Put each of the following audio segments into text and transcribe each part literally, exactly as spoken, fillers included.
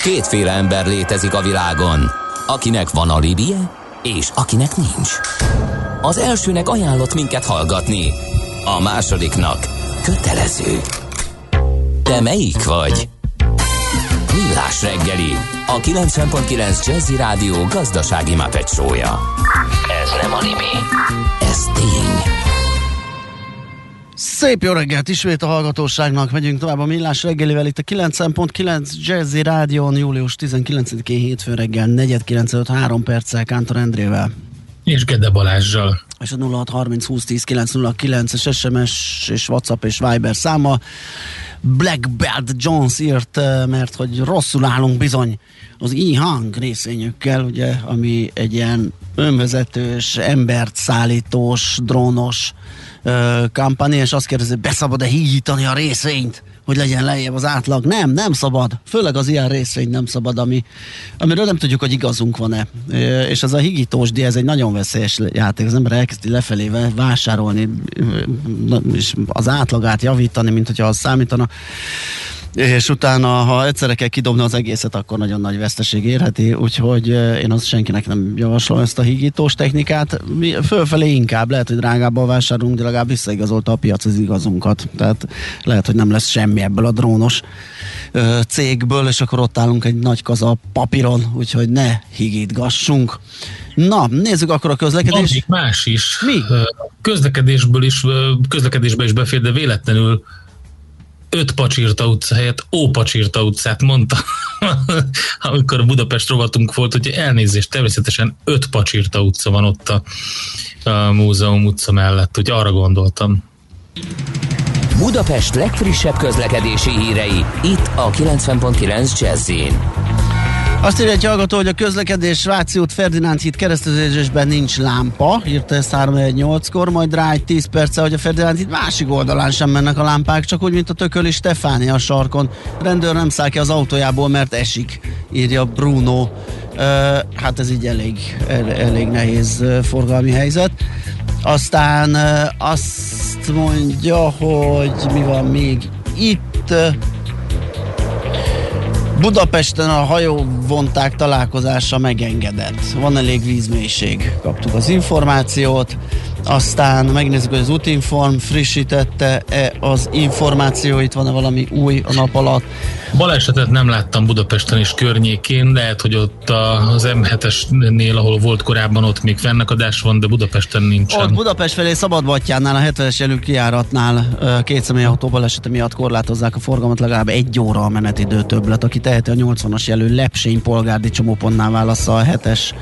Kétféle ember létezik a világon, akinek van alibije, és akinek nincs. Az elsőnek ajánlott minket hallgatni, a másodiknak kötelező. Te melyik vagy? Millás reggeli, a kilencven pont kilenc Jazzy Rádió gazdasági Muppet show-ja. Ez nem anime, ez tény. Szép jó reggelt ismét a hallgatóságnak, megyünk tovább a Millás reggelivel itt a kilencven pont kilenc Jazzy Rádión, július tizenkilencedikén hétfőn reggel negyed kilenc előtt három perccel Kántor Endrével. És Gede Balázssal. És a nulla hat harminc húsz tíz kilenc nulla kilences es em es és WhatsApp és Viber száma. Black Belt Jones írt, mert hogy rosszul állunk bizony az e-hang részvényükkel, ugye, ami egy ilyen önvezetős, embert szállítós, drónos uh, kampány, és azt kérdezi, be szabad-e hígítani a részvényt, hogy legyen lejjebb az átlag? Nem, nem szabad. Főleg az ilyen részvény nem szabad, ami, amiről nem tudjuk, hogy igazunk van-e. És ez a higítósdi, ez egy nagyon veszélyes játék. Az ember elkezdi lefelé vásárolni, és az átlagát javítani, mint hogyha az számítana. És utána, ha egyszerre kell kidobni az egészet, akkor nagyon nagy veszteség érheti, úgyhogy én azt senkinek nem javaslom ezt a higítós technikát. Mi fölfelé inkább, lehet, hogy drágábban vásárolunk, de legalább visszaigazolta a piac az igazunkat. Tehát lehet, hogy nem lesz semmi ebből a drónos ö, cégből, és akkor ott állunk egy nagy kaza papíron, úgyhogy ne higítgassunk. Na, nézzük akkor a közlekedést. Van még más is. Mi? Közlekedésből is, közlekedésbe is befér, de véletlenül öt Pacsirta utca helyett Ó Pacsirta utcát mondta, amikor a Budapest rovatunk volt, hogy elnézést, természetesen öt Pacsirta utca van ott a, a Múzeum utca mellett, hogy arra gondoltam. Budapest legfrissebb közlekedési hírei, itt a kilencven pont kilenc Jazzyn. Azt írja egy hallgató, hogy a közlekedés Váci út Ferdinánd híd kereszteződésben nincs lámpa, írta ezt három nyolckor, majd rá egy tíz perce, hogy a Ferdinánd híd másik oldalán sem mennek a lámpák, csak úgy, mint a Tököli Stefánia sarkon. Rendőr nem száll ki az autójából, mert esik, írja Bruno. Uh, hát ez így elég, el, elég nehéz uh, forgalmi helyzet. Aztán uh, azt mondja, hogy mi van még itt... Uh, Budapesten a hajóvonták találkozása megengedett. Van elég vízmélység. Kaptuk az információt. Aztán megnézzük, hogy az Útinform frissítette-e az információit, van-e valami új a nap alatt. Balesetet nem láttam Budapesten és környékén, lehet, hogy ott az em hetesnél, ahol volt korábban, ott még fennakadás van, de Budapesten nincsen. Ott Budapest felé Szabadbattyánál, a hetvenes jelű kijáratnál két személyautó balesete miatt korlátozzák a forgalmat, legalább egy óra a menetidő többlet. Aki teheti, a nyolcvanas jelű Lepsény polgárdi csomópontnál válassza a hetes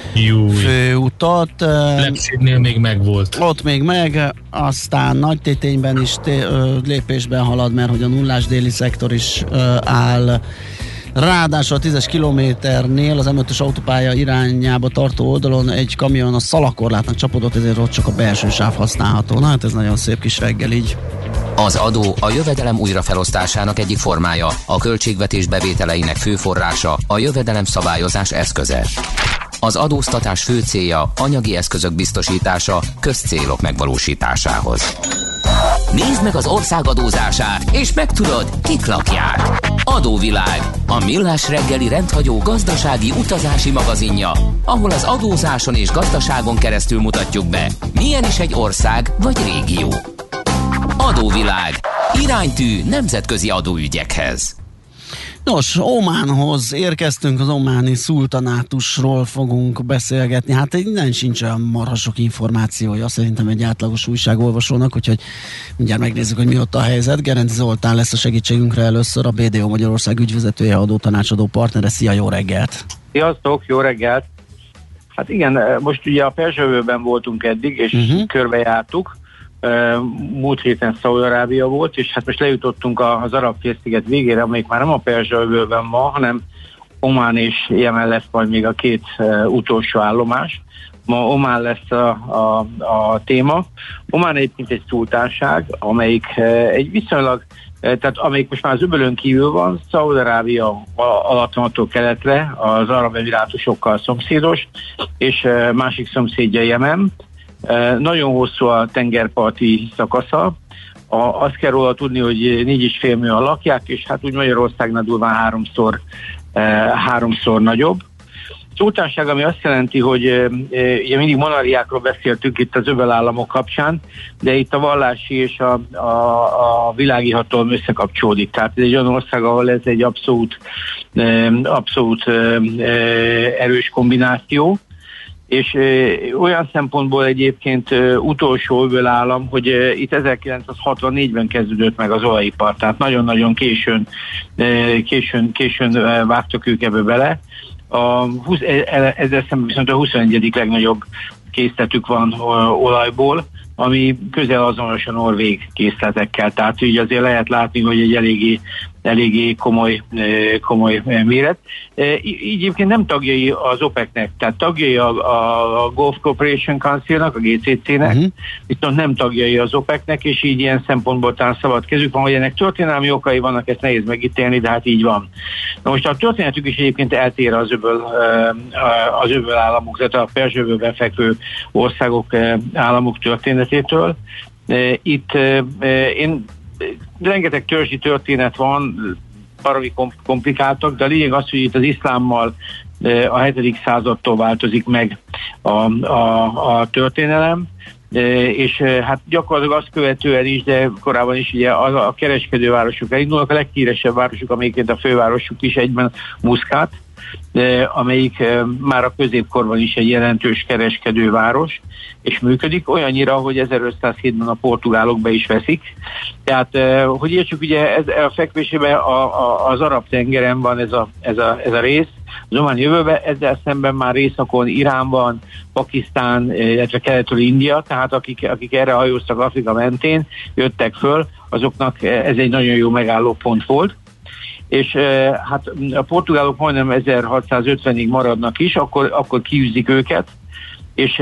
főutat. Lepsénynél még megvolt. Ott még meg, aztán Nagytétényben is té- ö, lépésben halad, mert hogy a nullás déli szektor is ö, áll. Ráadásul a tízes kilométernél az em ötös autópálya irányába tartó oldalon egy kamion a szalakorlátnak csapódott, ezért ott csak a belső sáv használható. Na hát ez nagyon szép kis reggel így. Az adó a jövedelem újrafelosztásának egyik formája, a költségvetés bevételeinek fő forrása, a jövedelem szabályozás eszköze. Az adóztatás fő célja anyagi eszközök biztosítása közcélok megvalósításához. Nézd meg az ország adózását, és megtudod, kik lakják. Adóvilág, a millás reggeli rendhagyó gazdasági utazási magazinja, ahol az adózáson és gazdaságon keresztül mutatjuk be, milyen is egy ország vagy régió. Adóvilág, iránytű nemzetközi adóügyekhez. Nos, Ománhoz érkeztünk, az ománi szultanátusról fogunk beszélgetni. Hát innen sincs olyan marha sok információja, szerintem egy átlagos újságolvasónak, úgyhogy mindjárt megnézzük, hogy mi ott a helyzet. Gerenci Zoltán lesz a segítségünkre először, a bé dé o Magyarország ügyvezetője, adótanácsadó partnere. Szia, jó reggelt! Sziasztok, jó reggelt! Hát igen, most ugye a Perzsa-öbölben voltunk eddig, és uh-huh. körbejártuk. Múlt héten Szaúd-Arábia volt, és hát most lejutottunk az Arab-félsziget végére, amelyik már nem a Perzsa-öbölben van, hanem Omán és Jemen lesz majd még a két uh, utolsó állomás. Ma Omán lesz a, a, a téma. Omán egyébként egy szultánság, amelyik uh, egy viszonylag, uh, tehát amelyik most már az öbölön kívül van, Szaúd-Arábia alatt van attól keletre, az Arab Emirátusokkal szomszédos, és uh, másik szomszédja Jemen. Uh, nagyon hosszú a tengerparti szakasza. A, azt kell róla tudni, hogy négy és fél millióan lakják, és hát úgy Magyarországnál durván háromszor háromszor nagyobb. Szultánság, ami azt jelenti, hogy e, ugye mindig monarchiákról beszéltünk itt az öbölállamok kapcsán, de itt a vallási és a, a, a világi hatalom összekapcsolódik. Tehát ez egy olyan ország, ahol ez egy abszolút, e, abszolút e, erős kombináció, és e, olyan szempontból egyébként e, utolsó öbölállam, hogy e, itt ezerkilencszázhatvannégyben kezdődött meg az olajipar, tehát nagyon-nagyon későn, e, későn, későn e, vágtak ők ebbe bele. A húsz, ezzel szemben viszont a huszonegyedik legnagyobb készletük van olajból, ami közel azonos a norvég készletekkel. Tehát így azért lehet látni, hogy egy eléggé, eléggé komoly, komoly méret. Így egyébként nem tagjai az OPEC-nek, tehát tagjai a, a Gulf Cooperation Council-nak, a gé cé cé-nek, uh-huh. viszont nem tagjai az OPEC-nek, és így ilyen szempontból talán szabad kezük van, hogy ennek történelmi okai vannak, ezt nehéz megítélni, de hát így van. Na most a történetük is egyébként eltér az öböl, az öböl államok, tehát a Perzsa-öbölben fekvő országok államok történetétől. Itt én rengeteg törzsi történet van, baromi komplikáltak, de a lényeg az, hogy itt az iszlámmal a hetedik századtól változik meg a, a, a történelem, és hát gyakorlatilag azt követően is, de korábban is ugye a, a kereskedővárosok elindulnak, a leghíresebb városok, amelyiként a fővárosuk is egyben Muszkát, amelyik már a középkorban is egy jelentős kereskedőváros, és működik, olyannyira, hogy ezerötszázhétben a portugálok be is veszik. Tehát, hogy értsük, ugye ez, a fekvésében a, a, az Arab-tengeren van ez a, ez a, ez a rész, az ománi jövőben, ezzel szemben már északon Irán van, Pakisztán, illetve keletről India, tehát akik, akik erre hajóztak Afrika mentén, jöttek föl, azoknak ez egy nagyon jó megállópont volt. És hát a portugálok majdnem ezerhatszázötvenig maradnak is, akkor, akkor kiűzik őket, és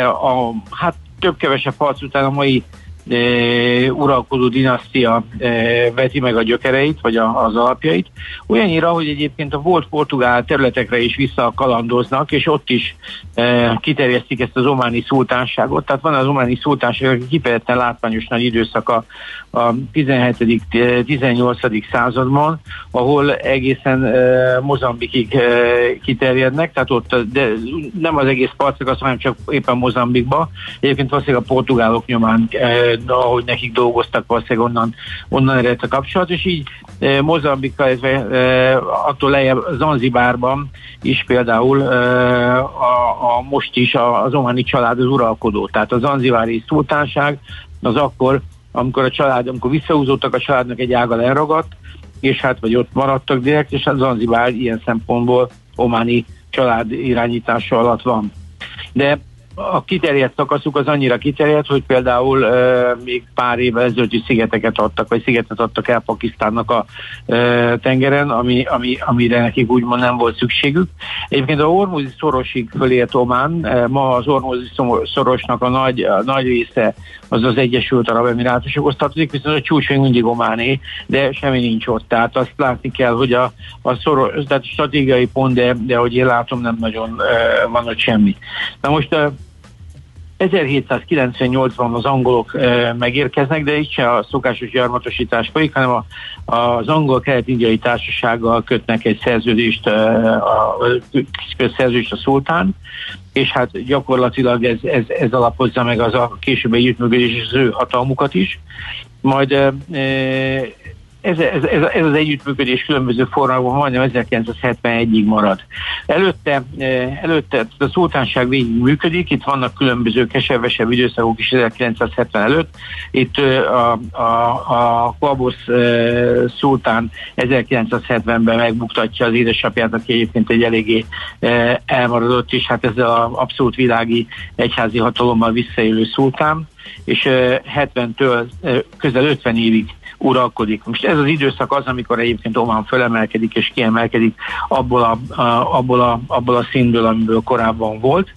a, hát több-kevesebb harc után a mai e, uralkodó dinasztia e, veti meg a gyökereit, vagy a, az alapjait. Olyannyira, hogy egyébként a volt portugál területekre is visszakalandoznak, és ott is e, kiterjesztik ezt az ománi szultánságot. Tehát van az ománi szultánság, aki kifejezetten látványos nagy időszaka a tizenhetedik tizennyolcadik században, ahol egészen e, Mozambikig e, kiterjednek, tehát ott de nem az egész partszakasz, hanem csak éppen Mozambikba. Egyébként valószínűleg a portugálok nyomán, e, ahogy nekik dolgoztak, valószínűleg onnan, onnan eredt a kapcsolat, és így e, Mozambika, ez, e, attól lejjebb Zanzibárban is például e, a, a most is az ománi család az uralkodó. Tehát a zanzibári szultánság az akkor, amikor a család, amikor visszahúzódtak, a családnak egy ága elragadt, és hát vagy ott maradtak direkt, és a Zanzibár ilyen szempontból ománi család irányítása alatt van. De a kiterjedt szakaszuk az annyira kiterjedt, hogy például e, még pár évvel ezelőtt is szigeteket adtak, vagy szigetet adtak el Pakisztánnak a e, tengeren, ami, ami, amire nekik úgymond nem volt szükségük. Egyébként a Hormuzi szorosig fölért Omán, e, ma az Hormuzi szorosnak a nagy, a nagy része az az Egyesült Arab Emirátusokhoz tartozik, viszont a csúcs még mindig Ománé, de semmi nincs ott. Tehát azt látni kell, hogy a, a szoros, tehát stratégiai pont, de, de ahogy én látom, nem nagyon e, van ott semmi. Na most e, ezerhétszázkilencvennyolcban az angolok e, megérkeznek, de itt se a szokásos gyarmatosítás folyik, hanem a, az angol kelet-indiai társasággal kötnek egy szerződést, e, a, a szerződést a szultán, és hát gyakorlatilag ez, ez, ez alapozza meg az a későbbi együttműködés és az ő hatalmukat is. Majd e, Ez, ez, ez, ez az együttműködés különböző formában majdnem ezerkilencszázhetvenegyig marad. Előtte, előtte a szultánság végig működik, itt vannak különböző keservesebb időszakok is ezerkilencszázhetven előtt. Itt a, a, a Qabosz szultán ezerkilencszázhetvenben megbuktatja az édesapját, aki egyébként egy eléggé elmaradott, és hát ezzel az abszolút világi egyházi hatalommal visszaélő szultán, és hetventől közel ötven évig uralkodik. Most ez az időszak az, amikor egyébként Omán fölemelkedik és kiemelkedik abból a, a, abból a, abból a színből, amiből korábban volt.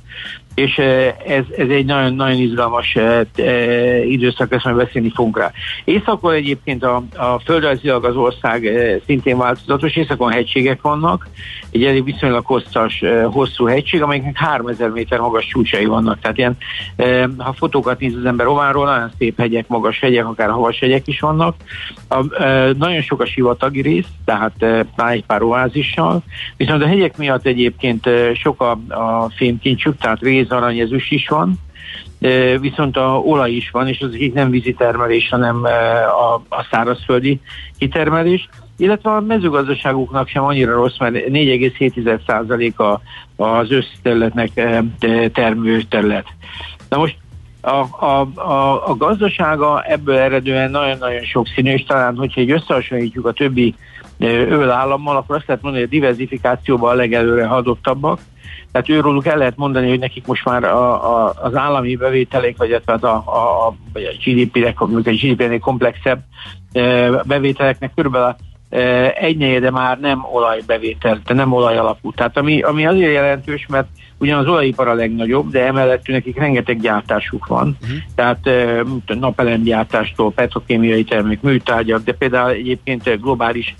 és ez, ez egy nagyon, nagyon izgalmas időszak, ezt majd beszélni fogunk rá. Északon egyébként a, a földrajzilag az ország szintén változatos, északon hegységek vannak, egy elég viszonylag hosszas, hosszú hegység, amelyeknek háromezer méter magas csúcsai vannak, tehát ilyen, ha fotókat néz az ember Ománról, nagyon szép hegyek, magas hegyek, akár havas hegyek is vannak. A, nagyon sok a sivatagi rész, tehát talán egy pár oázissal, viszont a hegyek miatt egyébként sok a, a fémkincsük, tehát réz, arany, ezüst is van, viszont a olaj is van, és az itt nem vízi termelés, hanem a, a szárazföldi kitermelés, illetve a mezőgazdaságuknak sem annyira rossz, mert négy egész hét százaléka az összterületnek termő terület. Na most a, a, a, a gazdasága ebből eredően nagyon-nagyon sokszínű, és talán, hogyha így összehasonlítjuk a többi öbölállammal, akkor azt lehet mondani, hogy a diversifikációban a legelőre hadottabbak. Tehát őróluk el lehet mondani, hogy nekik most már a, a, az állami bevételek, vagy az a, a, a, vagy a gé dé pé-nek, a gé dé pé-nél komplexebb bevételeknek körülbelül egynegyede már nem olajbevétel, de nem olaj alapú. Tehát ami, ami azért jelentős, mert ugyan az olajipar a legnagyobb, de emellett nekik rengeteg gyártásuk van. Uh-huh. Tehát napelemgyártástól, petrokémiai termék, műtárgyak, de például egyébként globális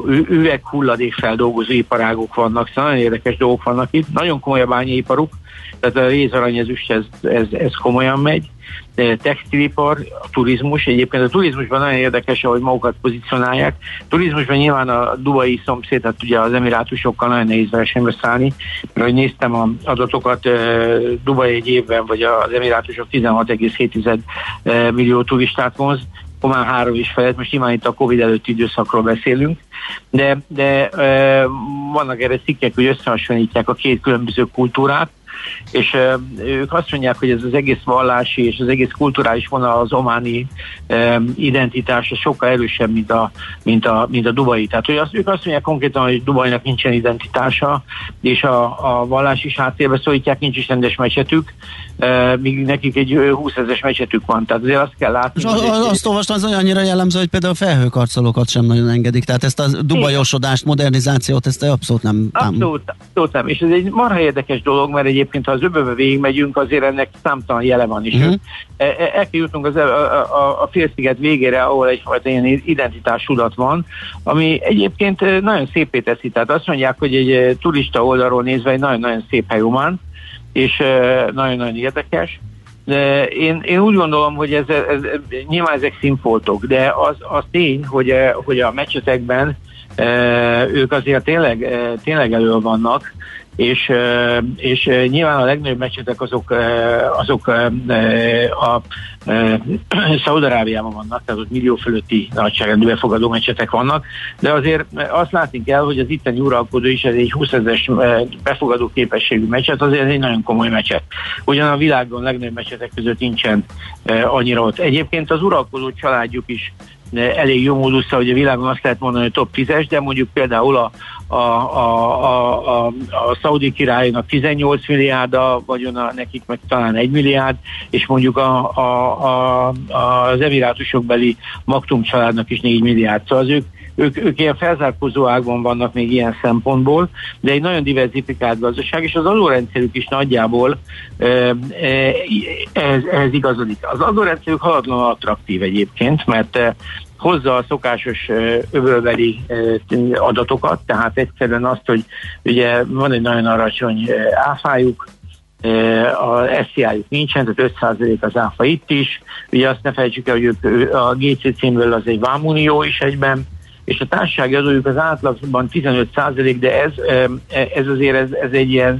üveghulladékfeldolgozó iparágok vannak, szóval nagyon érdekes dolgok vannak itt. Nagyon komoly a bányaiparuk, tehát a rézaranyezüst ez, ez, ez komolyan megy. Textilipar, a turizmus, egyébként a turizmusban nagyon érdekes, ahogy magukat pozícionálják. Turizmusban nyilván a dubai szomszéd, tehát ugye az emirátusokkal nagyon nehéz versenybe szállni, mert hogy néztem az adatokat, Dubai egy évben, vagy az emirátusok tizenhat egész hét millió turistát vonz, Omán három is felett, most nyilván itt a Covid előtti időszakról beszélünk, de, de vannak erre cikkek, hogy összehasonlítják a két különböző kultúrát, és uh, ők azt mondják, hogy ez az egész vallási és az egész kulturális vonal, az ománi um, identitása sokkal erősebb, mint a, mint a, mint a dubai. Tehát hogy az, ők azt mondják konkrétan, hogy Dubainak nincsen identitása, és a, a vallási háttérbe szólítják, nincs is rendes mecsetük, uh, míg nekik egy húszezres mecsetük van. Tehát azért azt kell látni. És az, az, azt olvastam, az annyira jellemző, hogy például a felhőkarcolókat sem nagyon engedik. Tehát ezt a dubajosodást, modernizációt, ezt abszolút nem támogatják. Abszolút, abszolút nem. És ez egy marha érdekes dolog, mert egyébként ha az öbölbe végigmegyünk, azért ennek számtalan jele van is. Uh-huh. El, el kell jutnunk az, a, a, a félsziget végére, ahol egyfajta ilyen identitásudat van, ami egyébként nagyon szépé teszi. Tehát azt mondják, hogy egy turista oldalról nézve egy nagyon-nagyon szép hely Omán, és nagyon-nagyon érdekes. De én, én úgy gondolom, hogy ez, ez, ez, nyilván ezek színfoltok, de az, az tény, hogy, hogy a meccsetekben ők azért tényleg, tényleg elő vannak, és, és nyilván a legnagyobb meccsetek azok, azok a, a Szaúd-Arábiában vannak, tehát ott millió fölötti nagyságrendű befogadó meccsetek vannak, de azért azt látni kell, hogy az itteni uralkodó is, ez egy húszezres befogadó képességű meccset, azért egy nagyon komoly meccset. Ugyan a világon legnagyobb meccsetek között nincsen annyira ott. Egyébként az uralkodó családjuk is elég jó módusza, hogy a világon azt lehet mondani, hogy top tízes, de mondjuk például a, a, a, a, a, a szaudi királynak tizennyolc milliárd, vagyona nekik meg talán egy milliárd, és mondjuk a, a, a, az emirátusokbeli Maktum családnak is négy milliárd. Szóval az ők, ők, ők ilyen felzárkózó ágban vannak még ilyen szempontból, de egy nagyon diversifikált gazdaság, és az adórendszerük is nagyjából ehhez, ehhez igazodik. Az adórendszerük haladlan attraktív egyébként, mert hozza a szokásos öbölbeli adatokat, tehát egyszerűen azt, hogy ugye van egy nagyon alacsony áfájuk, a es zé á-juk nincsen, tehát öt százalék az áfa itt is, ugye azt ne felejtsük el, hogy ők, a gé cé címből az egy vámunió is egyben, és a társasági adójuk az átlagban tizenöt százalék, de ez, ez azért ez, ez egy ilyen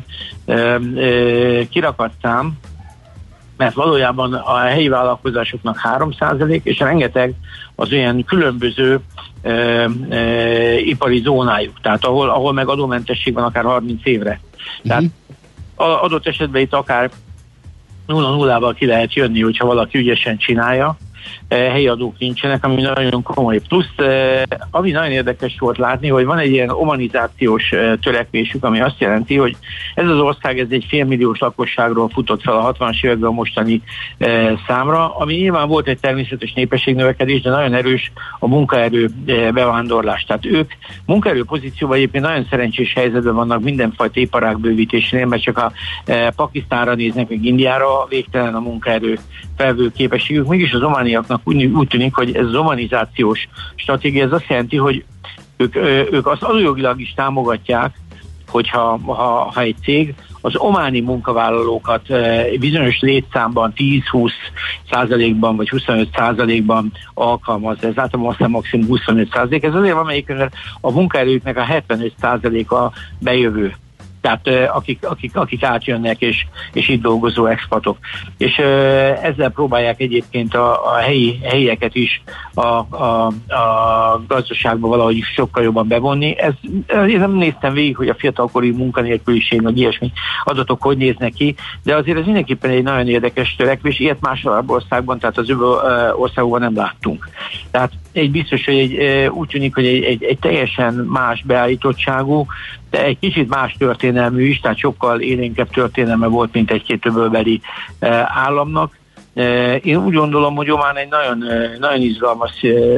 kirakat szám, mert valójában a helyi vállalkozásoknak három százalék, és rengeteg az olyan különböző e, e, ipari zónájuk, tehát ahol, ahol meg adómentesség van akár harminc évre. Tehát uh-huh. adott esetben itt akár nulla nullával ki lehet jönni, hogyha valaki ügyesen csinálja, helyi adók nincsenek, ami nagyon komoly. Plusz, ami nagyon érdekes volt látni, hogy van egy ilyen omanizációs törekvésük, ami azt jelenti, hogy ez az ország ez egy félmilliós lakosságról futott fel a hatvanas években a mostani számra, ami nyilván volt egy természetes népességnövekedés, de nagyon erős a munkaerő bevándorlás. Tehát ők munkaerő pozícióban egyébként nagyon szerencsés helyzetben vannak mindenfajta iparág bővítésénél, mert csak a Pakisztánra néznek, meg Indiára, végtelen a munkaerő felvő képességük. Mégis az omániaknak úgy, úgy tűnik, hogy ez az omanizációs stratégia, ez azt jelenti, hogy ők, ők azt adójogilag is támogatják, hogyha ha, ha egy cég az ománi munkavállalókat bizonyos létszámban tíz-húsz százalékban vagy huszonöt százalékban alkalmaz. Ez általában aztán maximum huszonöt százalék. Ez azért van, melyik a munkaerőknek a hetvenöt százaléka bejövő. Tehát akik, akik, akik átjönnek, és, és itt dolgozó expatok. És ezzel próbálják egyébként a, a helyi, helyieket is a, a, a gazdaságba valahogy sokkal jobban bevonni. Ez, én nem néztem végig, hogy a fiatalkori munkanélküliség, vagy ilyesmi adatok hogy néznek ki, de azért ez mindenképpen egy nagyon érdekes törekvés. Ilyet más országban, tehát az öböl országban nem láttunk. Tehát egy biztos, hogy egy, úgy tűnik, hogy egy, egy, egy teljesen más beállítottságú, de egy kicsit más történelmű is, tehát sokkal élénkebb történelme volt, mint egy-két öbölbeli államnak. Én úgy gondolom, hogy Omán egy nagyon, nagyon izgalmas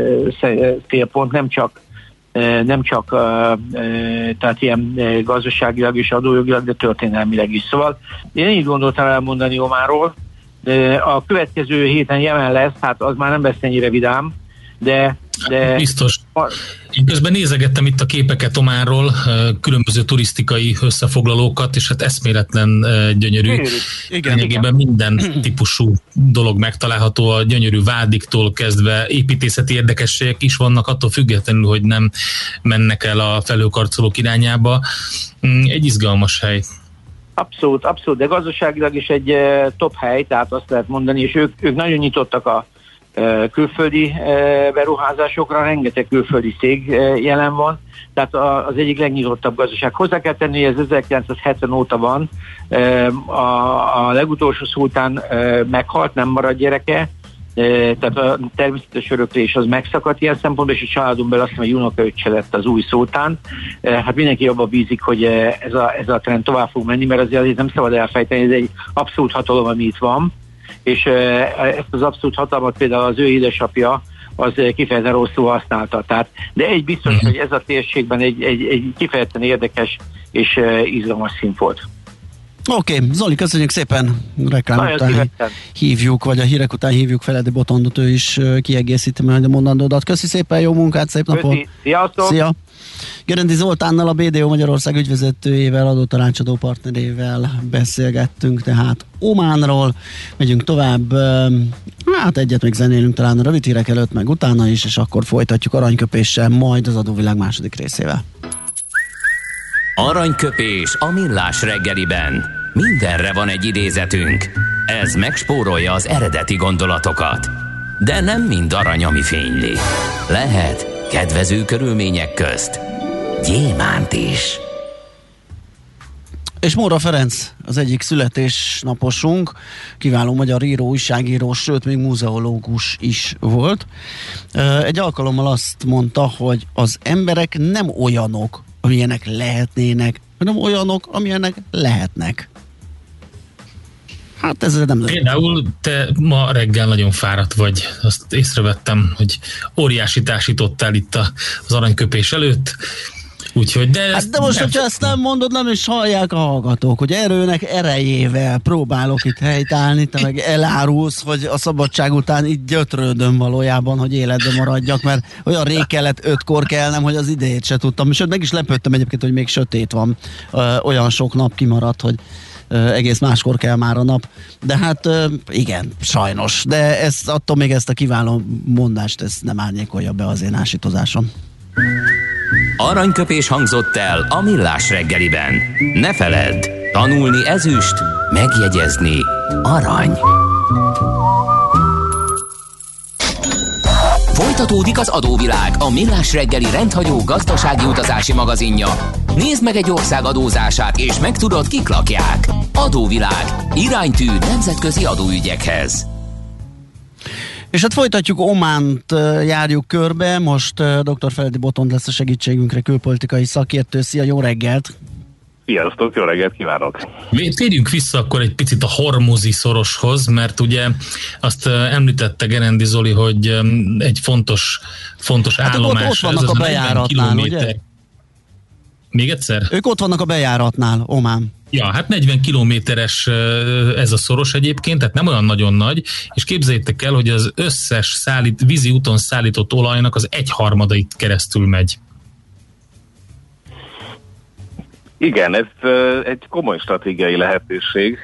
célpont, nem csak nem csak tehát ilyen gazdaságilag és adójogilag, de történelmileg is. Szóval én így gondoltam elmondani Ománról. A következő héten Jemen lesz, hát az már nem lesz ennyire vidám, de De... Biztos. Én közben nézegettem itt a képeket Ománról, különböző turisztikai összefoglalókat, és hát eszméletlen gyönyörű. Lényegében minden típusú dolog megtalálható, a gyönyörű vádiktól kezdve építészeti érdekességek is vannak, attól függetlenül, hogy nem mennek el a felhőkarcolók irányába. Egy izgalmas hely. Abszolút, abszolút, de gazdaságilag is egy top hely, tehát azt lehet mondani, és ők, ők nagyon nyitottak a külföldi beruházásokra, rengeteg külföldi cég jelen van, tehát az egyik legnyitottabb gazdaság. Hozzá kell tenni, hogy ez ezerkilencszázhetven óta van, a, a legutolsó szultán meghalt, nem marad gyereke, tehát a természetes öröklés az megszakadt ilyen szempontból, és a családon belül azt hiszem, hogy unokaöccse lett az új szultán. Hát mindenki abban bízik, hogy ez a, ez a trend tovább fog menni, mert azért, azért nem szabad elfejteni, ez egy abszolút hatalom, ami itt van, és ezt az abszolút hatalmat például az ő édesapja az kifejezetten rosszul használta. Tehát, de egy biztos, hogy ez a térségben egy, egy, egy kifejezetten érdekes és izgalmas szint volt. Oké, okay, Zoli, köszönjük szépen, reklám után hívjuk, vagy a hírek után hívjuk Feledi Botondot, ő is kiegészíti majd a mondandódat. Köszi szépen, jó munkát, szép napot! Köszi, sziasztok! Szia! Gerendi Zoltánnal, a bé dé o Magyarország ügyvezetőjével, adótanácsadó partnerével beszélgettünk, tehát Ománról. Megyünk tovább, hát egyet még zenélünk talán a rövid hírek előtt, meg utána is, és akkor folytatjuk aranyköpéssel, majd az adóvilág második részével. Aranyköpés a millás reggeliben. Mindenre van egy idézetünk. Ez megspórolja az eredeti gondolatokat. De nem mind arany, ami fényli. Lehet kedvező körülmények közt gyémánt is. És Móra Ferenc az egyik születésnaposunk, kiváló magyar író, újságíró, sőt még múzeológus is volt. Egy alkalommal azt mondta, hogy az emberek nem olyanok, amilyenek lehetnének, hanem olyanok, amilyenek lehetnek. Hát ez nem lehet. Például te ma reggel nagyon fáradt vagy. Azt észrevettem, hogy óriási társítottál itt az aranyköpés előtt. Úgyhogy, de, hát de most, hogyha ezt nem mondod, nem is hallják a hallgatók, hogy erőnek erejével próbálok itt helytállni, te meg elárulsz, hogy a szabadság után itt gyötrődöm valójában, hogy életben maradjak, mert olyan rég kellett ötkor kelnem, hogy az idejét se tudtam. Sőt, meg is lepődtem egyébként, hogy még sötét van. Olyan sok nap kimaradt, hogy egész máskor kell már a nap. De hát igen, sajnos. De ezt, attól még ezt a kiváló mondást, ezt nem árnyékolja be az én ásítozásom. Aranyköpés hangzott el a millás reggeliben. Ne feledd, tanulni ezüst, megjegyezni arany. Folytatódik az adóvilág, a millás reggeli rendhagyó gazdasági utazási magazinja. Nézd meg egy ország adózását, és megtudod, kik lakják. Adóvilág, iránytű nemzetközi adóügyekhez. És hát folytatjuk, Ománt járjuk körbe, most dr. Feledi Botond lesz a segítségünkre, külpolitikai szakértő. Szia, jó reggelt! Sziasztok, jó reggelt kívánok! Térjünk vissza akkor egy picit a Hormuzi szoroshoz, mert ugye azt említette Gerendi Zoli, hogy egy fontos, fontos hát állomás. Ott, ott vannak ez a bejáratnál, ugye? Még egyszer? Ők ott vannak a bejáratnál, Omán. Ja, hát negyven kilométeres ez a szoros egyébként, tehát nem olyan nagyon nagy, és képzeljétek el, hogy az összes szállít, vízi úton szállított olajnak az egyharmada itt keresztül megy. Igen, ez egy komoly stratégiai lehetőség.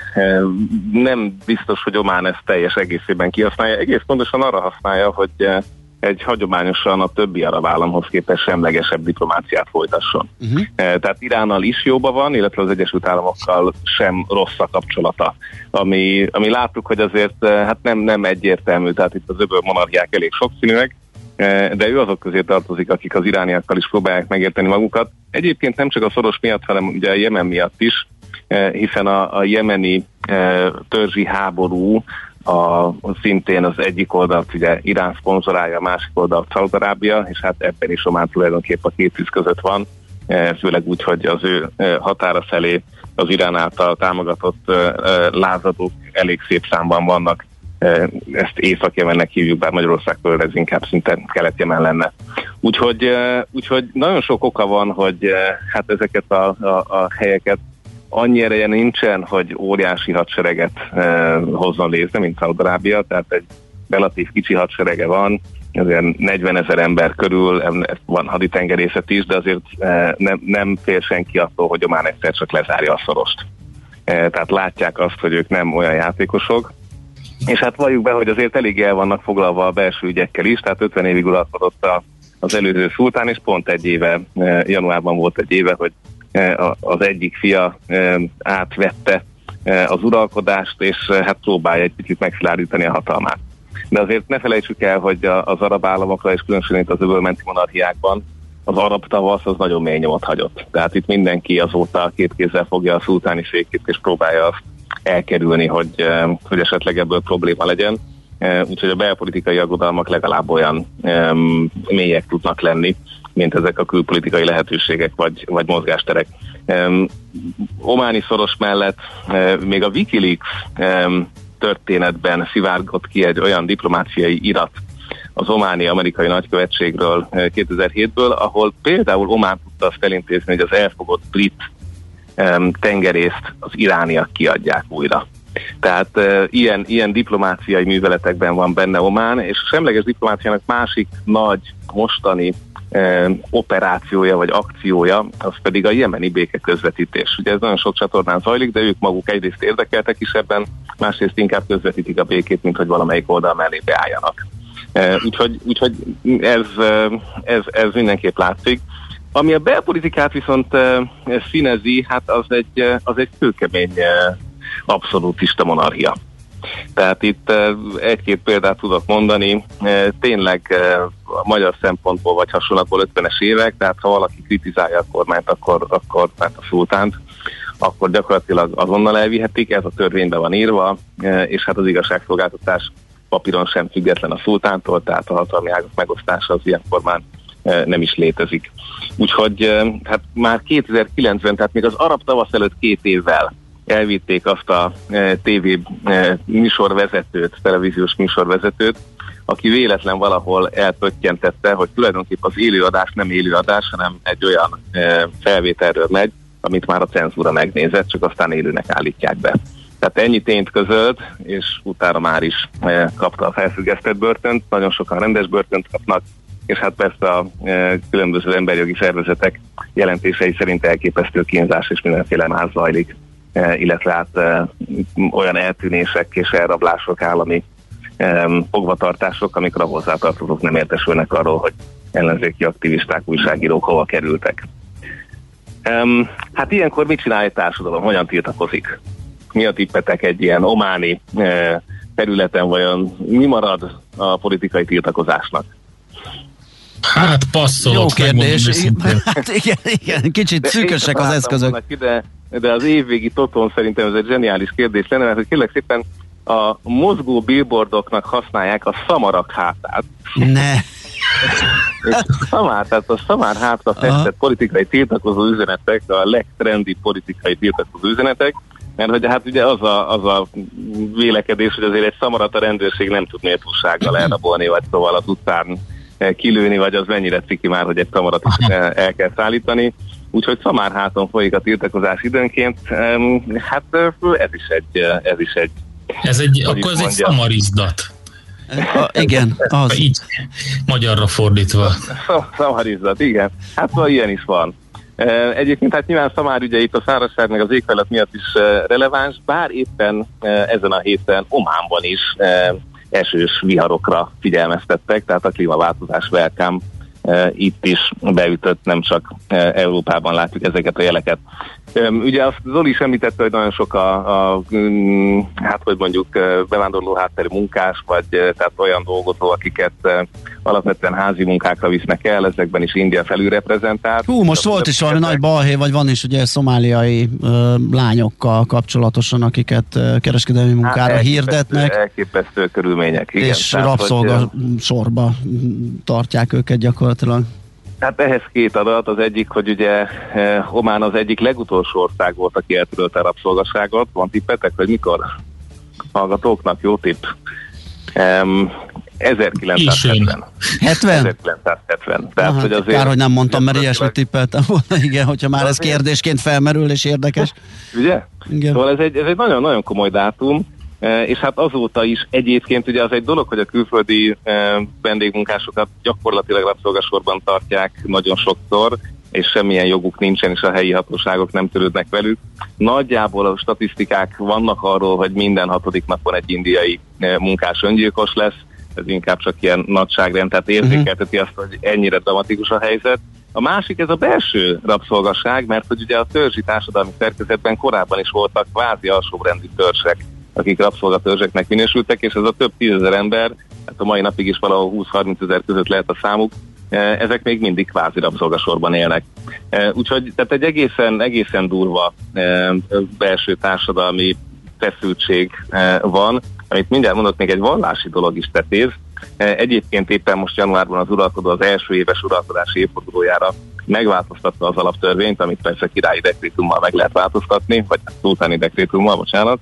Nem biztos, hogy Omán ezt teljes egészében kihasználja. Egész pontosan arra használja, hogy egy hagyományosan a többi arab államhoz képest semlegesebb diplomáciát folytasson. Uh-huh. Tehát Iránnal is jóban van, illetve az Egyesült Államokkal sem rossz a kapcsolata. Ami, ami láttuk, hogy azért hát nem, nem egyértelmű, tehát itt az öböl monarchiák elég sokszínűek, de ő azok közé tartozik, akik az irániakkal is próbálják megérteni magukat. Egyébként nem csak a szoros miatt, hanem ugye a Jemen miatt is, hiszen a, a jemeni törzsi háború a, szintén az egyik oldalt ugye Irán szponzorálja, a másik oldalt Szaúd-Arábia, és hát ebben is Omán tulajdonképpen a két tűz között van, főleg úgy, hogy az ő határa felé az Irán által támogatott lázadók elég szép számban vannak. Ezt Észak-Jemennek hívjuk, bár Magyarországtól ez inkább szinte Kelet-Jemen lenne. Úgyhogy, úgyhogy nagyon sok oka van, hogy hát ezeket a, a, a helyeket annyi ereje nincsen, hogy óriási hadsereget eh, hozzon létre, mint Szaúd-Arábia, tehát egy relatív kicsi hadserege van, azért negyvenezer ember körül, van haditengerészet is, de azért eh, nem, nem fél senki attól, hogy Omán egyszer csak lezárja a szorost. Eh, tehát látják azt, hogy ők nem olyan játékosok, és hát valljuk be, hogy azért elég el vannak foglalva a belső ügyekkel is, tehát ötven évig uralkodott az előző szultán, és pont egy éve, eh, januárban volt egy éve, hogy az egyik fia átvette az uralkodást, és hát próbálja egy picit megszilárdítani a hatalmát. De azért ne felejtsük el, hogy az arab államokra, és különösen itt az öbölmenti monarchiákban az arab tavasz az nagyon mély nyomot hagyott. Tehát itt mindenki azóta két kézzel fogja a szultáni székét, és próbálja azt elkerülni, hogy, hogy esetleg ebből probléma legyen. Úgyhogy a belpolitikai aggodalmak legalább olyan mélyek tudnak lenni, mint ezek a külpolitikai lehetőségek vagy, vagy mozgásterek. Um, Ománi szoros mellett uh, még a WikiLeaks um, történetben szivárgott ki egy olyan diplomáciai irat az ománi amerikai nagykövetségről uh, kétezer-hétből, ahol például Omán tudta azt elintézni, hogy az elfogott brit um, tengerészt az irániak kiadják újra. Tehát uh, ilyen, ilyen diplomáciai műveletekben van benne Omán, és a semleges diplomáciának másik nagy mostani operációja vagy akciója, az pedig a jemeni békeközvetítés. Ugye ez nagyon sok csatornán zajlik, de ők maguk egyrészt érdekeltek is ebben, másrészt inkább közvetítik a békét, mint hogy valamelyik oldal mellé beálljanak. Úgyhogy, úgyhogy ez, ez, ez mindenképp látszik. Ami a belpolitikát viszont színezi, hát az egy, az egy kőkemény abszolútista monarchia. Tehát itt egy-két példát tudok mondani, tényleg a magyar szempontból vagy hasonlatból ötvenes évek, tehát ha valaki kritizálja a kormányt, akkor, akkor mert a szultánt, akkor gyakorlatilag azonnal elvihetik, ez a törvényben van írva, és hát az igazságszolgáltatás papíron sem független a szultántól, tehát a hatalmi ágak megosztása az ilyen formán nem is létezik. Úgyhogy hát már kétezer-kilencben, tehát még az arab tavasz előtt két évvel elvitték azt a e, tévé e, műsorvezetőt, televíziós műsorvezetőt, aki véletlen valahol elpöttyentette, hogy tulajdonképpen az élőadás nem élőadás, hanem egy olyan e, felvételről megy, amit már a cenzúra megnézett, csak aztán élőnek állítják be. Tehát ennyi tényt közölt, és utána már is e, kapta a felfüggesztett börtönt, nagyon sokan rendes börtönt kapnak, és hát persze a e, különböző emberjogi szervezetek jelentései szerint elképesztő kínzás és mindenféle más zajlik, illetve hát olyan eltűnések és elrablások, állami fogvatartások, amikor a hozzátartozók nem értesülnek arról, hogy ellenzéki aktivisták, újságírók hova kerültek. Hát ilyenkor mit csinál egy társadalom? Hogyan tiltakozik? Mi a tippetek egy ilyen ománi területen, vajon mi marad a politikai tiltakozásnak? Hát passzolok. Jó kérdés. Hát igen, igen, kicsit szűkösek az eszközök. De, de az évvégi toton szerintem ez egy zseniális kérdés lenne, mert hogy kérlek szépen a mozgó billboardoknak használják a szamarak hátát. Ne! És a szamár, tehát a szamár hátra festett politikai tiltakozó üzenetek a legtrendi politikai tiltakozó üzenetek, mert hogy hát ugye az a, az a vélekedés, hogy azért egy szamarat a rendőrség nem tud méltósággal elrabolni, vagy szóval az utcán kilőni, vagy az mennyire ciki már, hogy egy szamarat el kell szállítani. Úgyhogy szamárháton folyik a tiltakozás időnként. Hát ez is egy... Ez, is egy, ez egy akkor ez egy szamarizdat. A, igen, az. Így magyarra fordítva. Szamarizdat, igen. Hát szóval ilyen is van. Egyébként hát nyilván szamár ügye itt a szárazság meg az éghajlat miatt is releváns, bár éppen ezen a héten Ománban is esős viharokra figyelmeztettek, tehát a klímaváltozás welcome itt is beütött, nem csak Európában látjuk ezeket a jeleket. Ugye azt Zoli is említette, hogy nagyon sok a, a hát hogy mondjuk bevándorló hátterű munkás, vagy tehát olyan dolgozó, akiket alapvetően házi munkákra visznek el, ezekben is India felülreprezentált. Hú, most volt is valami nagy balhé, vagy van is ugye szomáliai ö, lányokkal kapcsolatosan, akiket ö, kereskedelmi munkára hát hirdetnek. Elképesztő körülmények. Igen. És tehát, rabszolga hogy, sorba tartják őket gyakorlatilag. Hát ehhez két adat, az egyik, hogy ugye Omán az egyik legutolsó ország volt, aki eltörölte a rabszolgaságot. Van tippetek, hogy mikor? Hallgatóknak jó tipp. Um, ezerkilencszázhetven. hetven? ezerkilencszázhetven. Tehát, aha, hogy azért kár, hogy nem mondtam, mert ilyesmit tippeltem volna, igen, hogyha már ez kérdésként felmerül és érdekes. Ugye? Igen. Szóval ez egy, ez egy nagyon-nagyon komoly dátum, és hát azóta is egyébként ugye az egy dolog, hogy a külföldi vendégmunkásokat gyakorlatilag rabszolgasorban tartják nagyon sokszor, és semmilyen joguk nincsen, és a helyi hatóságok nem törődnek velük. Nagyjából a statisztikák vannak arról, hogy minden hatodik napon egy indiai munkás öngyilkos lesz, ez inkább csak ilyen nagyságrend, tehát érzékelteti azt, hogy ennyire dramatikus a helyzet. A másik ez a belső rabszolgaság, mert hogy ugye a törzsi társadalmi szerkezetben korábban is voltak kvázi alsóbrendű törzsek, akik rabszolgatörzseknek minősültek, és ez a több tízezer ember, hát a mai napig is valahol húsz-harminc ezer között lehet a számuk, ezek még mindig kvázi rabszolgasorban élnek. Úgyhogy tehát egy egészen, egészen durva belső társadalmi feszültség van, amit mindjárt mondok, még egy vallási dolog is tetéz. Egyébként éppen most januárban az uralkodó az első éves uralkodási évfordulójára megváltoztatta az alaptörvényt, amit persze királyi dekrétummal meg lehet változtatni, vagy szultáni dekrétummal, bocsánat.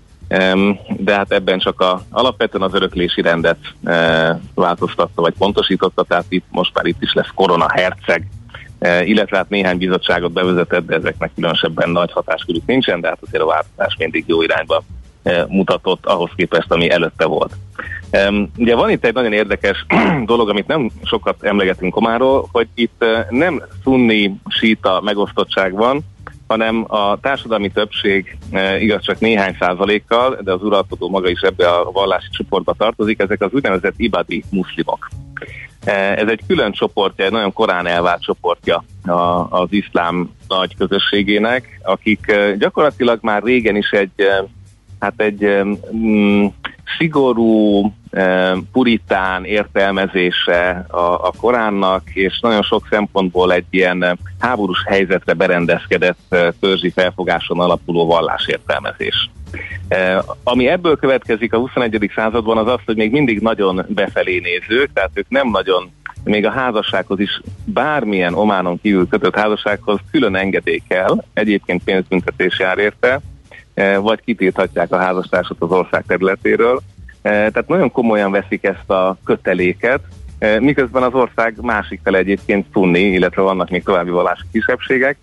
De hát ebben csak a, alapvetően az öröklési rendet e, változtatta, vagy pontosította, tehát itt most már itt is lesz korona herceg, e, illetve hát néhány bizottságot bevezetett, de ezeknek különösebben nagy hatáskörük nincsen, de hát azért a változás mindig jó irányba e, mutatott ahhoz képest, ami előtte volt. E, ugye van itt egy nagyon érdekes dolog, amit nem sokat emlegetünk Ománról, hogy itt nem szunni síta megosztottság van, hanem a társadalmi többség e, igaz csak néhány százalékkal, de az uralkodó maga is ebbe a vallási csoportba tartozik, ezek az úgynevezett ibadi muszlimok. E, ez egy külön csoportja, egy nagyon korán elvált csoportja a, az iszlám nagy közösségének, akik e, gyakorlatilag már régen is egy, e, hát egy e, mm, szigorú, e, puritán értelmezése a, a Koránnak, és nagyon sok szempontból egy ilyen háborús helyzetre berendezkedett e, törzsi felfogáson alapuló vallásértelmezés. E, ami ebből következik a huszonegyedik században az az, hogy még mindig nagyon befelé nézők, tehát ők nem nagyon, még a házassághoz is bármilyen Ománon kívül kötött házassághoz külön engedély kell, egyébként pénzbüntetés jár érte, vagy kitilthatják a házastársat az ország területéről. Tehát nagyon komolyan veszik ezt a köteléket, miközben az ország másik fele egyébként szunni, illetve vannak még további vallási kisebbségek,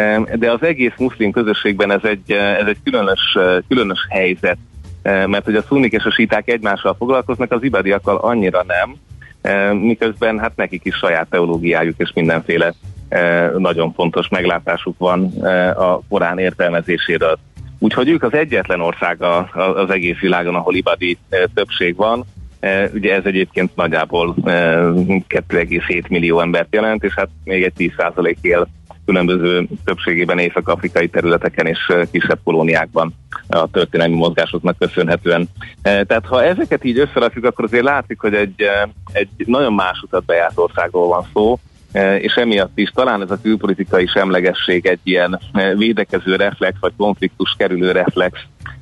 de az egész muszlim közösségben ez egy, ez egy különös, különös helyzet, mert hogy a szunnik és a síták egymással foglalkoznak, az ibadiakkal annyira nem, miközben hát nekik is saját teológiájuk és mindenféle nagyon fontos meglátásuk van a Korán értelmezéséről. Úgyhogy ők az egyetlen ország az egész világon, ahol ibadi többség van. Ugye ez egyébként nagyjából kettő egész hét millió embert jelent, és hát még egy tíz százalék él különböző többségében észak-afrikai területeken és kisebb kolóniákban a történelmi mozgásoknak köszönhetően. Tehát ha ezeket így összerakjuk, akkor azért látszik, hogy egy, egy nagyon más utat bejárt országról van szó, és emiatt is talán ez a külpolitikai semlegesség egy ilyen védekező reflex, vagy konfliktus kerülő reflex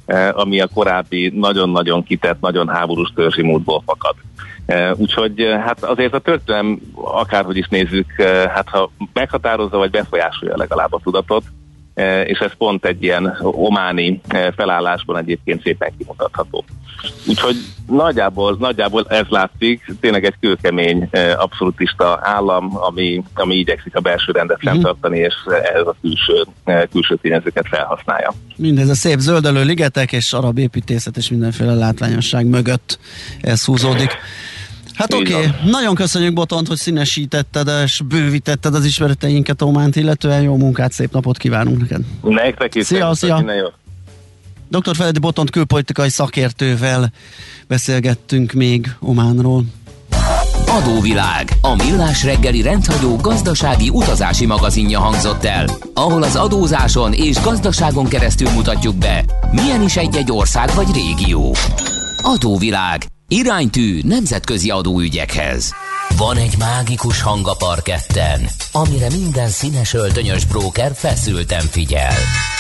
ami a korábbi nagyon-nagyon kitett, nagyon háborús törzsi módból fakad. Úgyhogy hát azért a történelem, akárhogy is nézzük, hát ha meghatározza vagy befolyásolja legalább a tudatot, és ez pont egy ilyen ománi felállásban egyébként szépen kimutatható. Úgyhogy nagyjából, nagyjából ez látszik, tényleg egy kőkemény, abszolutista állam, ami, ami igyekszik a belső rendet fenntartani, és ez a külső, külső tényezőket felhasználja. Mindez a szép zöldelő ligetek és arab építészet és mindenféle látványosság mögött ez húzódik. Hát oké, okay. Nagyon köszönjük, Botont, hogy színesítetted és bővítetted az ismereteinket Ománt, illetően jó munkát, szép napot kívánunk neked. Nektek is. Szia, szia. doktor Feledi Botont külpolitikai szakértővel beszélgettünk még Ománról. Adóvilág, a millás reggeli rendhagyó gazdasági utazási magazinja hangzott el, ahol az adózáson és gazdaságon keresztül mutatjuk be, milyen is egy-egy ország vagy régió. Adóvilág, iránytű nemzetközi adóügyekhez. Van egy mágikus hang a parketten, amire minden színes öltönyös bróker feszülten figyel.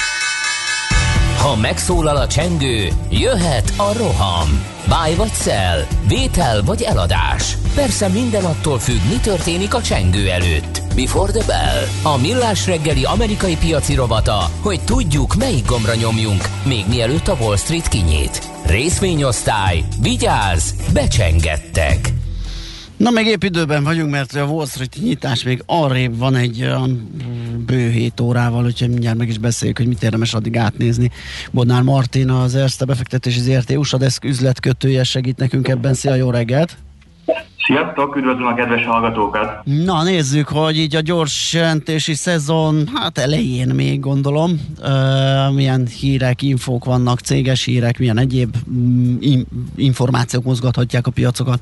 Ha megszólal a csengő, jöhet a roham. Buy vagy sell, vétel vagy eladás. Persze minden attól függ, mi történik a csengő előtt. Before the bell, a millás reggeli amerikai piaci rovata, hogy tudjuk, melyik gombra nyomjunk, még mielőtt a Wall Street kinyit. Részvényosztály, vigyázz, becsengettek! Na, még épp időben vagyunk, mert a Wall Street nyitás még arrébb van egy olyan bő hét órával, úgyhogy mindjárt meg is beszéljük, hogy mit érdemes addig átnézni. Bodnár Martin, az Erste befektetési zé er té u es á deszk üzletkötője segít nekünk ebben. Szia, jó reggelt! Sziasztok, üdvözlöm a kedves hallgatókat! Na, nézzük, hogy így a gyors jelentési szezon, hát elején még gondolom, uh, milyen hírek, infók vannak, céges hírek, milyen egyéb um, információk mozgathatják a piacokat.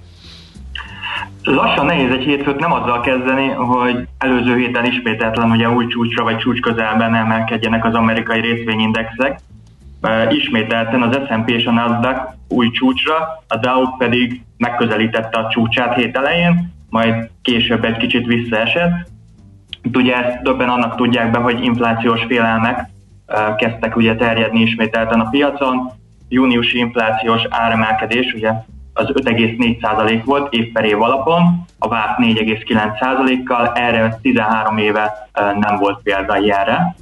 Lassan nehéz egy hétfőt nem azzal kezdeni, hogy előző héten ismételten ugye új csúcsra vagy csúcs közelben emelkedjenek az amerikai részvényindexek. Ismételten az es and pé és a Nasdaq új csúcsra, a Dow pedig megközelítette a csúcsát hét elején, majd később egy kicsit visszaesett. Itt ugye ezt többen annak tudják be, hogy inflációs félelmek kezdtek ugye terjedni ismételten a piacon. Júniusi inflációs áremelkedés ugye az öt egész négy százalék volt év per év alapon, a várt négy egész kilenc százalékkal, erre tizenhárom éve nem volt példa ilyenre.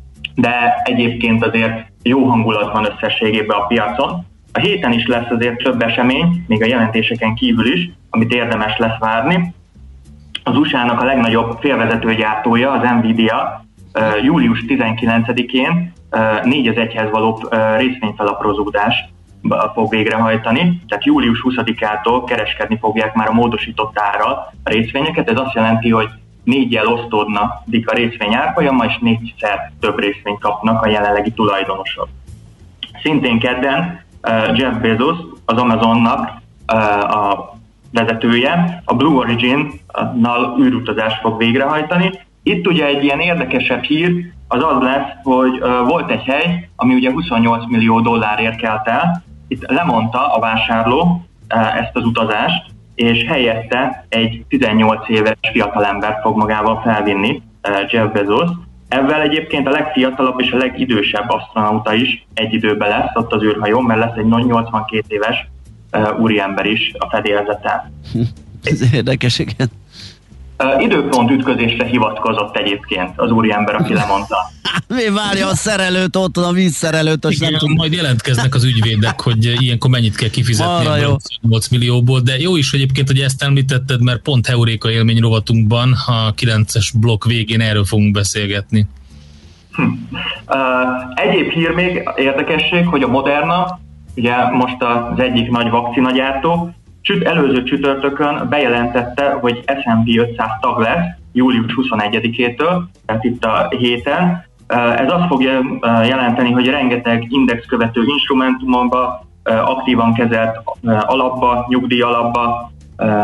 De egyébként azért jó hangulat van összességében a piacon. A héten is lesz azért több esemény, még a jelentéseken kívül is, amit érdemes lesz várni. Az u es á-nak a legnagyobb félvezetőgyártója, az Nvidia, július tizenkilencedikén négy az egyhez való részvényfelaprozódást fog végrehajtani, tehát július huszadikától kereskedni fogják már a módosított árral a részvényeket. Ez azt jelenti, hogy négyjel osztódnak a részvény árfolyama, és négyszer több részvényt kapnak a jelenlegi tulajdonosok. Szintén kedden uh, Jeff Bezos, az Amazonnak uh, a vezetője, a Blue Origin-nal űrutazást fog végrehajtani. Itt ugye egy ilyen érdekesebb hír az az lesz, hogy uh, volt egy hely, ami ugye huszonnyolc millió dollárért kelt el. Itt lemondta a vásárló uh, ezt az utazást, és helyette egy tizennyolc éves fiatalember fog magával felvinni, Jeff Bezos. Ezzel egyébként a legfiatalabb és a legidősebb asztronauta is egy időben lesz ott az űrhajón, mert lesz egy nyolcvankét éves úriember is a fedélzeten. Ez érdekes, igen. Uh, időpont ütközésre hivatkozott egyébként az úriember, aki lemondta. Mi várja a szerelőt, ott a vízszerelőt? Igen, nem tud... majd jelentkeznek az ügyvédek, hogy ilyenkor mennyit kell kifizetni a nyolc millióból, de jó is egyébként, hogy ezt említetted, mert pont Heuréka élmény rovatunkban a kilences blokk végén erről fogunk beszélgetni. Hm. Uh, egyéb hír még érdekesség, hogy a Moderna, ugye most az egyik nagy vakcinagyártó, Csüt, előző csütörtökön bejelentette, hogy es and pé ötszáz tag lesz július huszonegyedikétől, tehát itt a héten. Ez azt fogja jelenteni, hogy rengeteg indexkövető instrumentumokba, aktívan kezelt alapba, nyugdíj alapba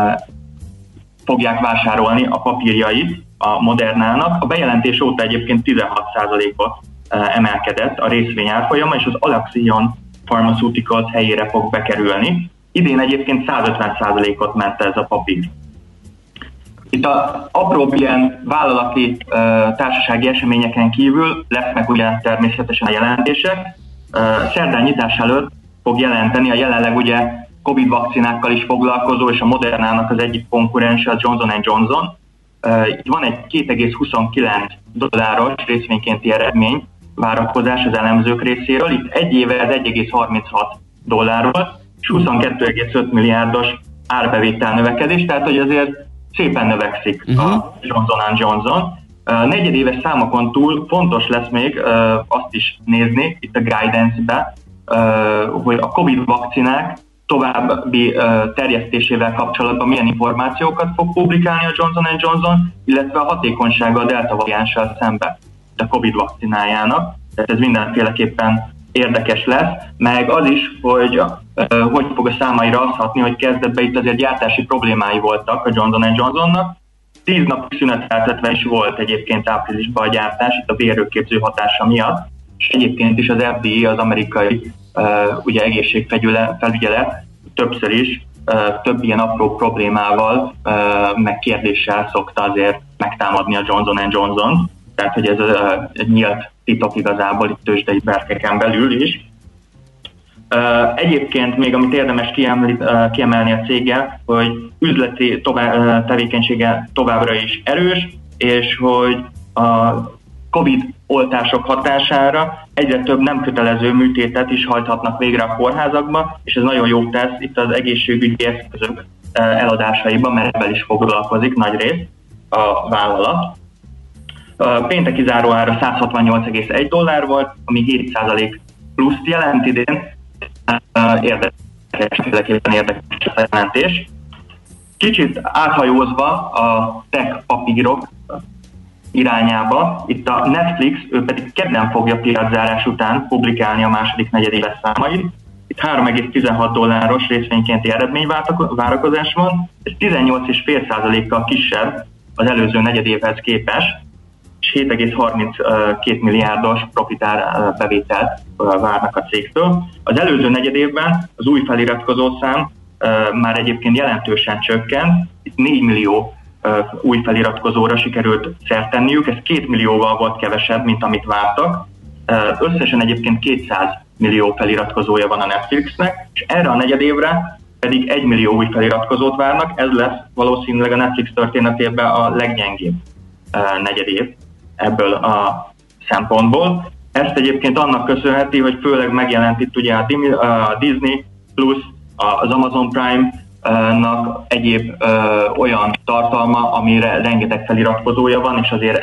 fogják vásárolni a papírjait a Modernának. A bejelentés óta egyébként tizenhat százalékot emelkedett a részvény árfolyama, és az Alexion Pharmaceuticals helyére fog bekerülni. Idén egyébként százötven százalékot ment ez a papír. Itt az apróbb ilyen vállalati uh, társasági eseményeken kívül lesznek ugye természetesen a jelentések. szerdán nyitás előtt fog jelenteni a jelenleg ugye Covid vakcinákkal is foglalkozó, és a Modernának az egyik konkurense a Johnson and Johnson. Itt van egy két egész huszonkilenc dolláros részvénykénti eredmény várakozás az elemzők részéről. Itt egy éve ez egy egész harminchat dollár volt, és huszonkettő egész öt milliárdos árbevétel növekedés, tehát hogy azért szépen növekszik uh-huh. a Johnson and Johnson. Uh, negyedéves számokon túl fontos lesz még uh, azt is nézni itt a guidance-be, uh, hogy a Covid vakcinák további uh, terjesztésével kapcsolatban milyen információkat fog publikálni a Johnson and Johnson, illetve a hatékonysága a delta variánssal szemben a Covid vakcinájának. Tehát ez mindenféleképpen érdekes lesz, meg az is, hogy uh, hogy fog a számaira azt hatni, hogy kezdetben itt azért gyártási problémái voltak a Johnson and Johnsonnak. Tíz napig szüneteltetve is volt egyébként áprilisban a gyártás, itt a bérőképző hatása miatt, és egyébként is az ef dé á, az amerikai uh, ugye egészségfelügyelet többször is uh, több ilyen apró problémával, uh, meg kérdéssel szokta azért megtámadni a Johnson and Johnson, tehát hogy ez uh, egy nyílt titok igazából itt tőzsdei berkeken belül is. Uh, egyébként még amit érdemes kiemli, uh, kiemelni a céggel, hogy üzleti tovább, uh, tevékenysége továbbra is erős, és hogy a Covid oltások hatására egyre több nem kötelező műtétet is hajthatnak végre a kórházakba, és ez nagyon jót tesz itt az egészségügyi eszközök uh, eladásaiban, mert ebben is foglalkozik nagy rész a vállalat. A pénteki záróára száz hatvannyolc egész egy dollár volt, ami hét százalék pluszt jelent idén. Érdekes, mindenképpen érdekes a jelentés. Kicsit áthajózva a tech papírok irányába, itt a Netflix, ő pedig kedden fogja piaczárás után publikálni a második negyedéves számait. Itt három egész tizenhat dolláros részvénykénti eredményvárakozás van, ez tizennyolc egész öt százalékkal kisebb az előző negyedévhez képest, és hét egész harminckét milliárdos profitár bevételt várnak a cégtől. Az előző negyedévben az új feliratkozó szám már egyébként jelentősen csökkent, itt négy millió új feliratkozóra sikerült szert tenniük, ez két millióval volt kevesebb, mint amit vártak. Összesen egyébként kétszáz millió feliratkozója van a Netflixnek, és erre a negyedévre pedig egy millió új feliratkozót várnak, ez lesz valószínűleg a Netflix történetében a leggyengébb negyedév ebből a szempontból. Ezt egyébként annak köszönheti, hogy főleg megjelent itt ugye a Disney Plus, az Amazon Prime-nak egyéb ö, olyan tartalma, amire rengeteg feliratkozója van, és azért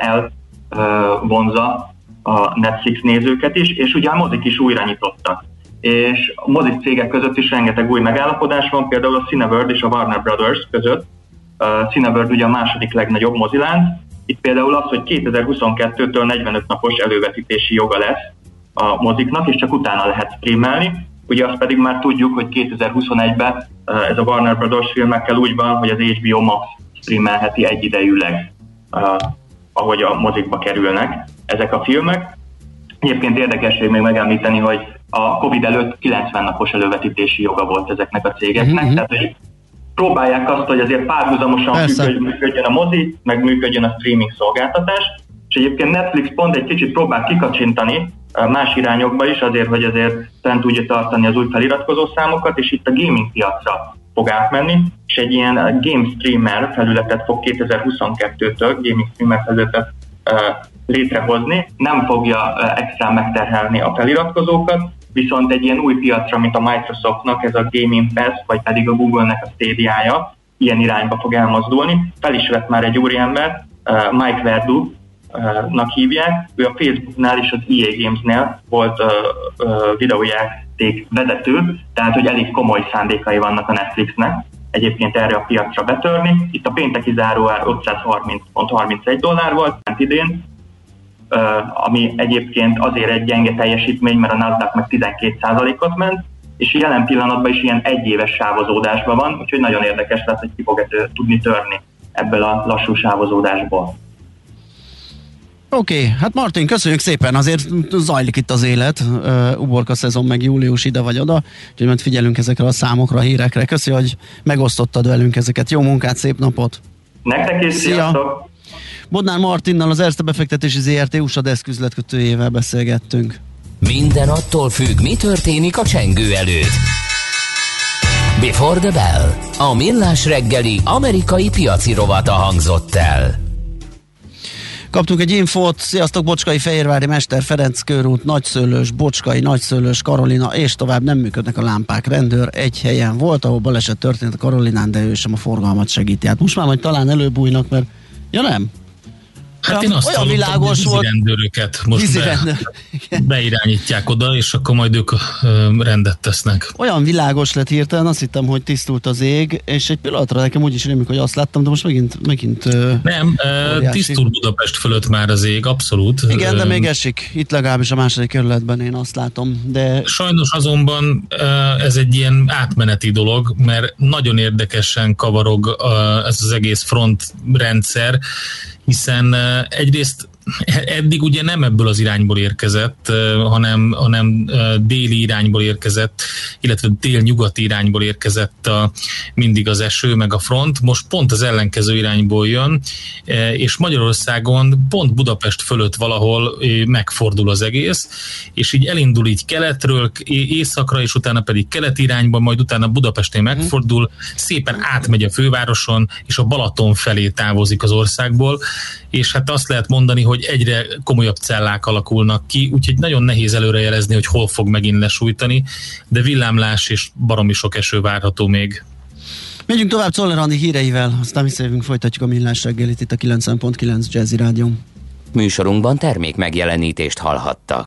elvonza a Netflix nézőket is, és ugye a mozik is újra nyitottak. És a mozik cégek között is rengeteg új megállapodás van, például a Cineworld és a Warner Brothers között. A Cineworld ugye a második legnagyobb mozilánc. Itt például az, hogy kétezer-huszonkettőtől negyvenöt napos elővetítési joga lesz a moziknak, és csak utána lehet streamelni. Ugye azt pedig már tudjuk, hogy kétezer-huszonegyben ez a Warner Brothers filmekkel úgy van, hogy az há bé o Max streamelheti egyidejűleg, ahogy a mozikba kerülnek ezek a filmek. Egyébként érdekesség még megemlíteni, hogy a Covid előtt kilencven napos elővetítési joga volt ezeknek a cégeknek, mm-hmm. tehát hogy próbálják azt, hogy azért párhuzamosan működjön a mozi, meg működjön a streaming szolgáltatás, és egyébként Netflix pont egy kicsit próbál kikacsintani más irányokba is, azért, hogy azért fent tudja tartani az új feliratkozó számokat, és itt a gaming piacra fog átmenni, és egy ilyen game streamer felületet fog kétezer-huszonkettőtől gaming streamer felületet uh, létrehozni, nem fogja uh, extra megterhelni a feliratkozókat, viszont egy ilyen új piacra, mint a Microsoftnak, ez a Gaming Pass, vagy pedig a Google-nek a Stadia-ja, ilyen irányba fog elmozdulni. Fel is vett már egy úriember, uh, Mike Verdu, nak hívják, ő a Facebooknál és az í á Gamesnél volt uh, uh, videójáték vezető, tehát hogy elég komoly szándékai vannak a Netflixnek egyébként erre a piacra betörni. Itt a pénteki záróár ötszázharminc egész harmincegy dollár volt idén, uh, ami egyébként azért egy gyenge teljesítmény, mert a Nasdaq meg tizenkét százalékot ment, és jelen pillanatban is ilyen egyéves sávozódásban van, úgyhogy nagyon érdekes lesz, hogy ki fog tudni törni ebből a lassú sávozódásból. Oké, okay, hát Martin, köszönjük szépen, azért zajlik itt az élet, uh, uborka szezon meg július ide vagy oda, úgyhogy majd figyelünk ezekre a számokra, a hírekre. Köszi, hogy megosztottad velünk ezeket. Jó munkát, szép napot! Nektek is, sziasztok! Bodnár Martinnal, az Erste befektetési zé er té u es á deszk üzletkötőjével beszélgettünk. Minden attól függ, mi történik a csengő előtt. Before the Bell. A millás reggeli amerikai piaci rovata hangzott el. Kaptunk egy infót, sziasztok, Bocskai Fehérvári Mester Ferenc körút, Nagyszőlős, Bocskai, Nagyszőlős, Karolina, és tovább nem működnek a lámpák. Rendőr egy helyen volt, ahol baleset történt a Karolinán, de ő sem a forgalmat segíti. Hát most már majd talán előbújnak, mert ja nem? Hát én azt olyan világos volt. Vízirendőröket most be, beirányítják oda, és akkor majd ők rendet tesznek. Olyan világos lett hirtelen, azt hittem, hogy tisztult az ég, és egy pillanatra nekem úgy is rémlik, hogy azt láttam, de most megint... megint Nem, tisztul Budapest fölött már az ég, abszolút. Igen, de még esik. Itt legalábbis a második kerületben én azt látom, de... Sajnos azonban ez egy ilyen átmeneti dolog, mert nagyon érdekesen kavarog ez az egész frontrendszer, hiszen egyrészt eddig ugye nem ebből az irányból érkezett, hanem, hanem déli irányból érkezett, illetve dél-nyugati irányból érkezett a, mindig az eső, meg a front. Most pont az ellenkező irányból jön, és Magyarországon pont Budapest fölött valahol megfordul az egész, és így elindul így keletről, északra, és utána pedig keleti irányba, majd utána Budapestén megfordul, szépen átmegy a fővároson, és a Balaton felé távozik az országból, és hát azt lehet mondani, hogy egyre komolyabb cellák alakulnak ki, úgyhogy nagyon nehéz előrejelezni, hogy hol fog megint lesújtani, de villámlás és baromi sok eső várható még. Megyünk tovább Czoller Andi híreivel, aztán visszajövünk, folytatjuk a millás reggelit itt a kilencven pont kilenc Jazzy Rádión. Műsorunkban termék megjelenítést hallhattak.